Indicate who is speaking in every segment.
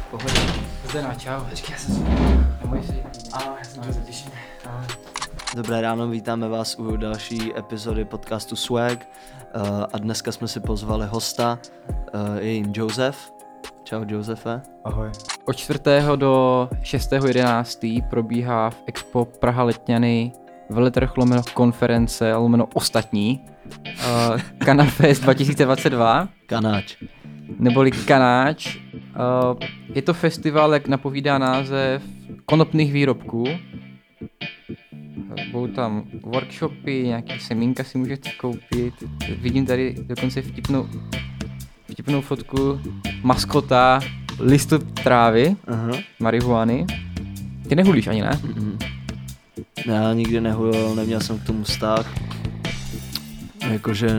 Speaker 1: Pohodě.
Speaker 2: Zdena, čau.
Speaker 1: Počkej, já jsem si...
Speaker 2: Neboj si.
Speaker 1: Já jsem to zatěšený.
Speaker 3: Dobré ráno, vítáme vás u další epizody podcastu Swag a dneska jsme si pozvali hosta, je jim Josef. Čau Josefe.
Speaker 1: Ahoj.
Speaker 2: Od 4. do 6.11. probíhá v Expo Praha Letňany veletrh lomeno konference lomeno ostatní Kanafest 2022.
Speaker 3: Kanáč.
Speaker 2: Neboli Kanáč. Je to festival, jak napovídá název, konopných výrobků. Budou tam workshopy, nějaký semínka si můžete koupit. Vidím tady dokonce vtipnou fotku maskota listu trávy, marihuany. Ty nehulíš ani, ne?
Speaker 3: Já nikdy nehulil, neměl jsem k tomu vztah. Jakože...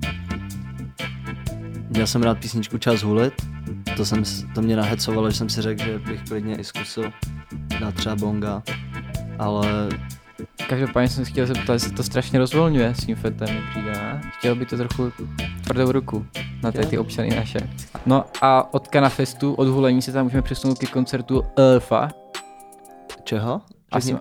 Speaker 3: Měl jsem rád písničku Čas hulit. To mě nahecovalo, že jsem si řekl, že bych klidně i zkusil dát třeba bonga. Ale...
Speaker 2: Každopádně jsem chtěl zeptat, jestli to strašně rozvolňuje s tím fetem, mi přijde, ne? Chtěl by to trochu tvrdou ruku na ty občany naše. No a od Kanafestu, od hulení se tam můžeme přesunout ke koncertu Eartha.
Speaker 3: Čeho?
Speaker 2: Asi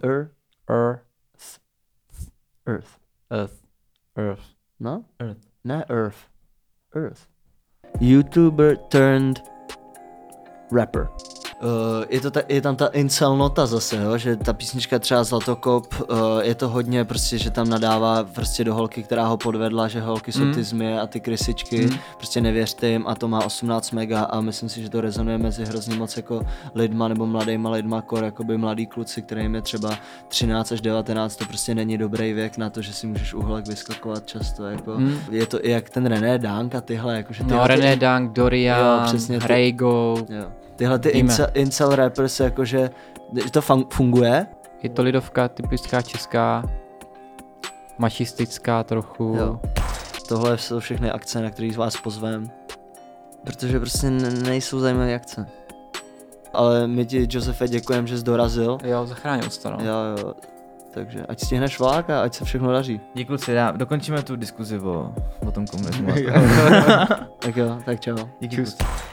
Speaker 2: Earth.
Speaker 3: No?
Speaker 2: Earth.
Speaker 3: Ne Earth. YouTuber turned rapper. Je tam ta incel nota zase, jo? Že ta písnička třeba Zlatokop, je to hodně prostě, že tam nadává prostě do holky, která ho podvedla, že holky jsou ty zmije a ty krysičky, prostě nevěřte jim a to má 18 mega a myslím si, že to rezonuje mezi hrozně moc jako lidma nebo mladýma lidma, jakoby mladý kluci, kterým je třeba 13 až 19, to prostě není dobrý věk na to, že si můžeš uhlek vyskakovat často, jako je to i jak ten René Dank a tyhle, jakože tyhle.
Speaker 2: No René Dank, Dorian, Raygo.
Speaker 3: Tyhle ty incel rappers, jakože to funguje.
Speaker 2: Je to lidovka typická česká, mačistická trochu.
Speaker 3: Jo. Tohle jsou všechny akce, na které vás pozvem, protože prostě nejsou zajímavé akce. Ale my ti, Josefe, děkujeme, že jsi dorazil.
Speaker 2: Jo, zachránil jsi to, no.
Speaker 3: Jo. Takže ať stihneš vlak a ať se všechno daří.
Speaker 1: Díky kluci, dokončíme tu diskuzi o tom komunismu.
Speaker 3: Tak jo, tak čau.
Speaker 1: Díky kluci.